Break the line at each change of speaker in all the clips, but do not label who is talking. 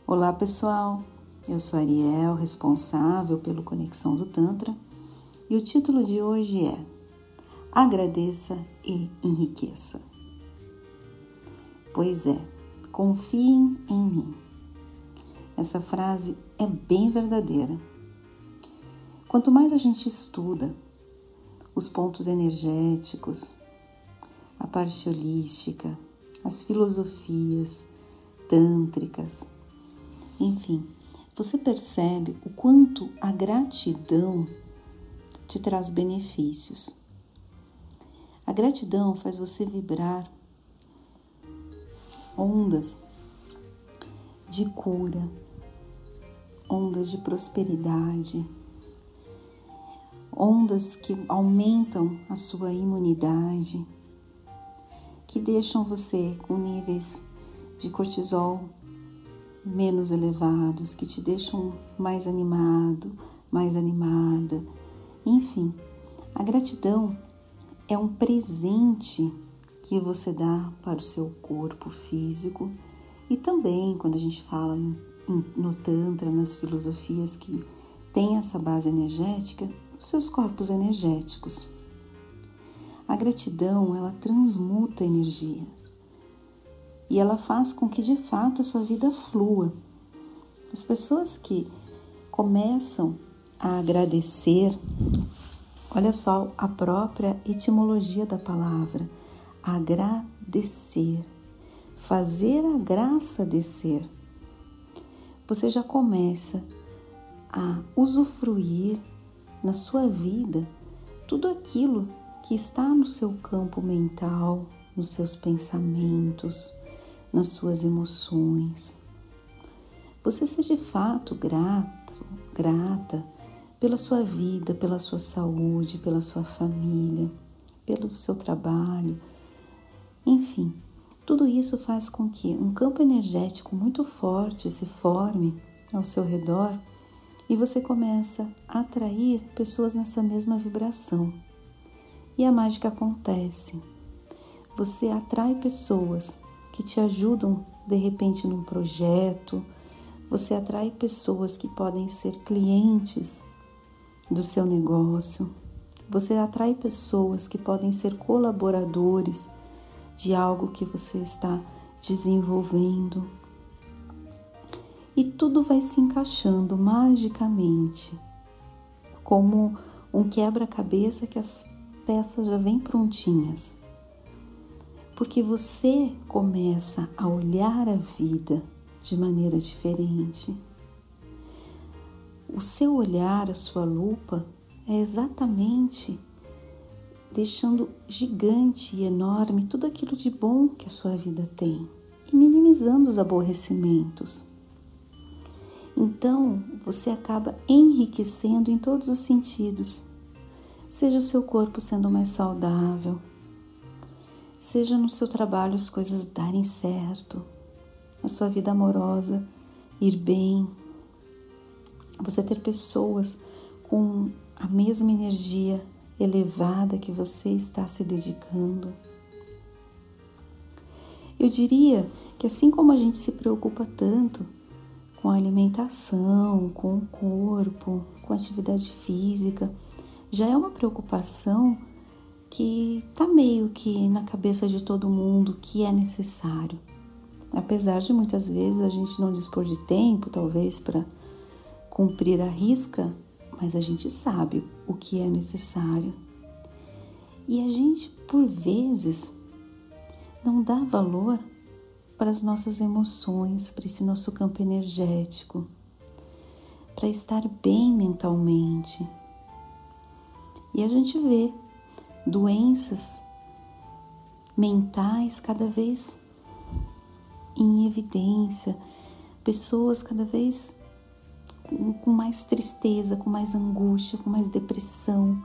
Olá pessoal, eu sou Ariel, responsável pelo Conexão do Tantra, e o título de hoje é Agradeça e Enriqueça. Pois é, confiem em mim. Essa frase é bem verdadeira. Quanto mais a gente estuda os pontos energéticos, a parte holística, as filosofias tântricas, enfim, você percebe o quanto a gratidão te traz benefícios. A gratidão faz você vibrar ondas de cura, ondas de prosperidade, ondas que aumentam a sua imunidade, que deixam você com níveis de cortisol menos elevados, que te deixam mais animado, mais animada. Enfim, a gratidão é um presente que você dá para o seu corpo físico e também quando a gente fala no Tantra, nas filosofias que tem essa base energética, os seus corpos energéticos. A gratidão, ela transmuta energias. E ela faz com que, de fato, a sua vida flua. As pessoas que começam a agradecer, olha só a própria etimologia da palavra, agradecer, fazer a graça descer. Você já começa a usufruir na sua vida tudo aquilo que está no seu campo mental, nos seus pensamentos, nas suas emoções. Você seja de fato grata pela sua vida, pela sua saúde, pela sua família, pelo seu trabalho. Enfim, tudo isso faz com que um campo energético muito forte se forme ao seu redor e você começa a atrair pessoas nessa mesma vibração. E a mágica acontece. Você atrai pessoas que te ajudam de repente num projeto, você atrai pessoas que podem ser clientes do seu negócio, você atrai pessoas que podem ser colaboradores de algo que você está desenvolvendo. E tudo vai se encaixando magicamente, como um quebra-cabeça que as peças já vêm prontinhas. Porque você começa a olhar a vida de maneira diferente. O seu olhar, a sua lupa, é exatamente deixando gigante e enorme tudo aquilo de bom que a sua vida tem e minimizando os aborrecimentos. Então, você acaba enriquecendo em todos os sentidos. Seja o seu corpo sendo mais saudável, seja no seu trabalho as coisas darem certo, a sua vida amorosa ir bem, você ter pessoas com a mesma energia elevada que você está se dedicando. Eu diria que assim como a gente se preocupa tanto com a alimentação, com o corpo, com a atividade física, já é uma preocupação que está meio que na cabeça de todo mundo que é necessário. Apesar de muitas vezes a gente não dispor de tempo, talvez, para cumprir a risca, mas a gente sabe o que é necessário. E a gente, por vezes, não dá valor para as nossas emoções, para esse nosso campo energético, para estar bem mentalmente. E a gente vê doenças mentais cada vez em evidência, pessoas cada vez com mais tristeza, com mais angústia, com mais depressão.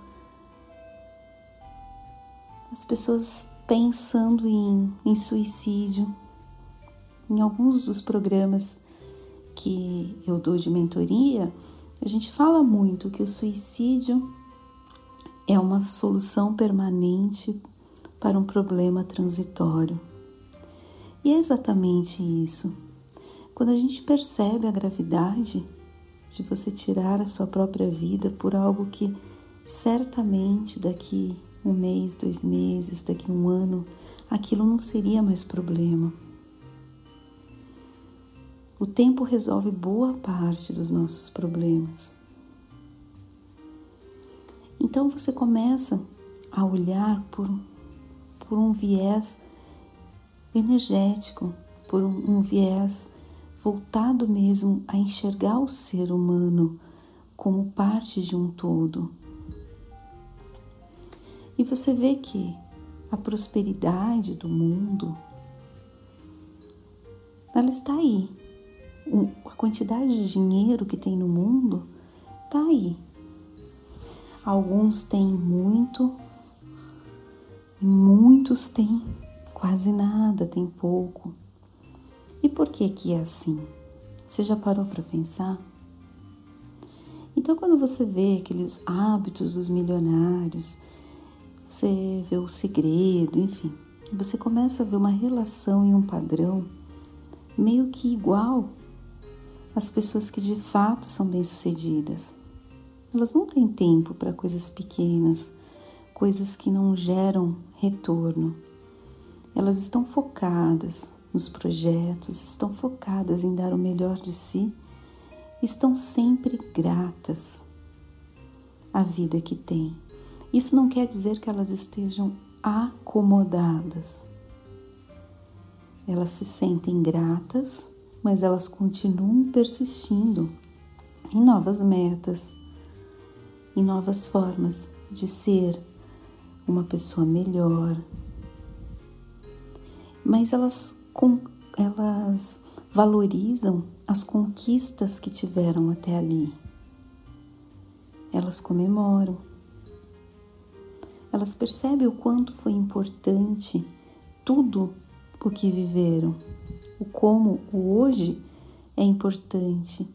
As pessoas pensando em suicídio. Em alguns dos programas que eu dou de mentoria, a gente fala muito que o suicídio é uma solução permanente para um problema transitório. E é exatamente isso. Quando a gente percebe a gravidade de você tirar a sua própria vida por algo que certamente daqui 1 mês, 2 meses, daqui 1 ano, aquilo não seria mais problema. O tempo resolve boa parte dos nossos problemas. Então você começa a olhar por um viés energético, por um viés voltado mesmo a enxergar o ser humano como parte de um todo. E você vê que a prosperidade do mundo, ela está aí. A quantidade de dinheiro que tem no mundo está aí. Alguns têm muito e muitos têm quase nada, têm pouco. E por que que é assim? Você já parou para pensar? Então, quando você vê aqueles hábitos dos milionários, você vê o segredo, enfim, você começa a ver uma relação e um padrão meio que igual às pessoas que de fato são bem-sucedidas. Elas não têm tempo para coisas pequenas, coisas que não geram retorno. Elas estão focadas nos projetos, estão focadas em dar o melhor de si, estão sempre gratas à vida que têm. Isso não quer dizer que elas estejam acomodadas. Elas se sentem gratas, mas elas continuam persistindo em novas metas, em novas formas de ser uma pessoa melhor. Mas elas valorizam as conquistas que tiveram até ali. Elas comemoram. Elas percebem o quanto foi importante tudo o que viveram, o como o hoje é importante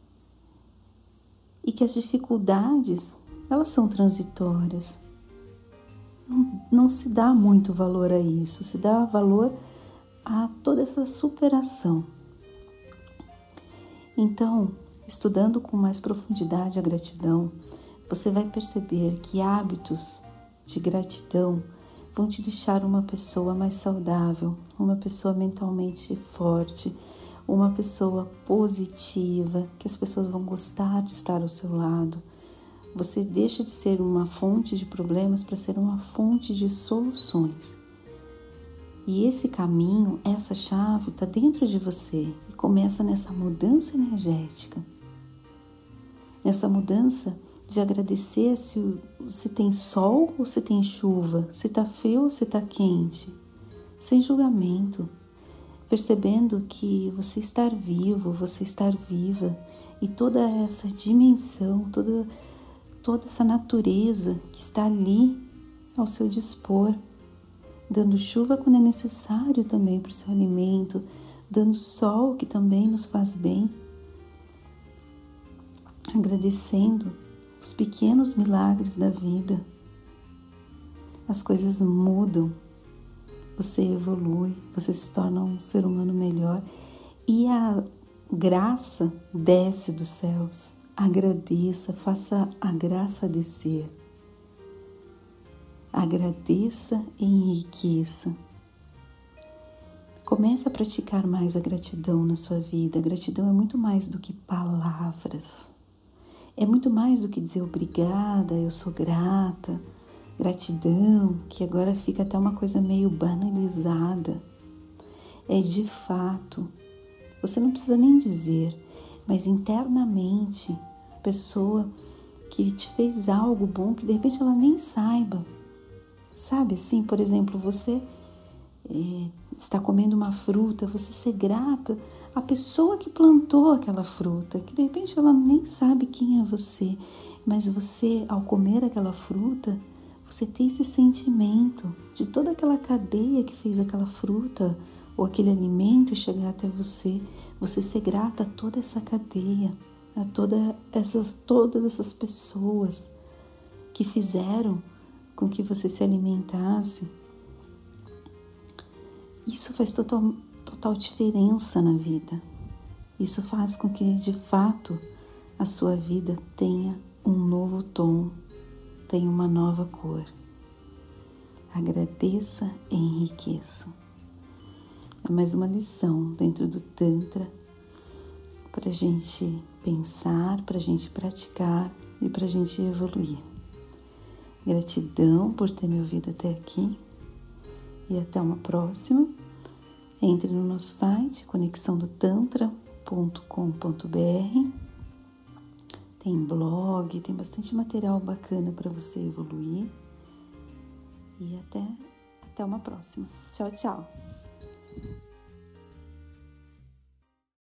e que as dificuldades, elas são transitórias. Não se dá muito valor a isso, se dá valor a toda essa superação. Então, estudando com mais profundidade a gratidão, você vai perceber que hábitos de gratidão vão te deixar uma pessoa mais saudável, uma pessoa mentalmente forte, uma pessoa positiva, que as pessoas vão gostar de estar ao seu lado. Você deixa de ser uma fonte de problemas para ser uma fonte de soluções. E esse caminho, essa chave está dentro de você e começa nessa mudança energética, nessa mudança de agradecer se tem sol ou se tem chuva, se está frio ou se está quente, sem julgamento, percebendo que você estar vivo, você estar viva e toda essa dimensão, toda essa natureza que está ali ao seu dispor, dando chuva quando é necessário também para o seu alimento, dando sol que também nos faz bem, agradecendo os pequenos milagres da vida. As coisas mudam, você evolui, você se torna um ser humano melhor e a graça desce dos céus. Agradeça, faça a graça descer. Agradeça e enriqueça. Comece a praticar mais a gratidão na sua vida. A gratidão é muito mais do que palavras. É muito mais do que dizer obrigada, eu sou grata. Gratidão, que agora fica até uma coisa meio banalizada. É de fato. Você não precisa nem dizer, mas internamente, a pessoa que te fez algo bom, que de repente ela nem saiba. Sabe assim, por exemplo, você está comendo uma fruta, você ser grata à pessoa que plantou aquela fruta, que de repente ela nem sabe quem é você, mas você, ao comer aquela fruta, você tem esse sentimento de toda aquela cadeia que fez aquela fruta ou aquele alimento chegar até você, você ser grata a toda essa cadeia, a todas essas pessoas que fizeram com que você se alimentasse. Isso faz total diferença na vida. Isso faz com que, de fato, a sua vida tenha um novo tom, tenha uma nova cor. Agradeça e enriqueça. É mais uma lição dentro do Tantra para a gente pensar, para a gente praticar e para a gente evoluir. Gratidão por ter me ouvido até aqui e até uma próxima. Entre no nosso site conexãodotantra.com.br. Tem blog, tem bastante material bacana para você evoluir. E até uma próxima. Tchau, tchau.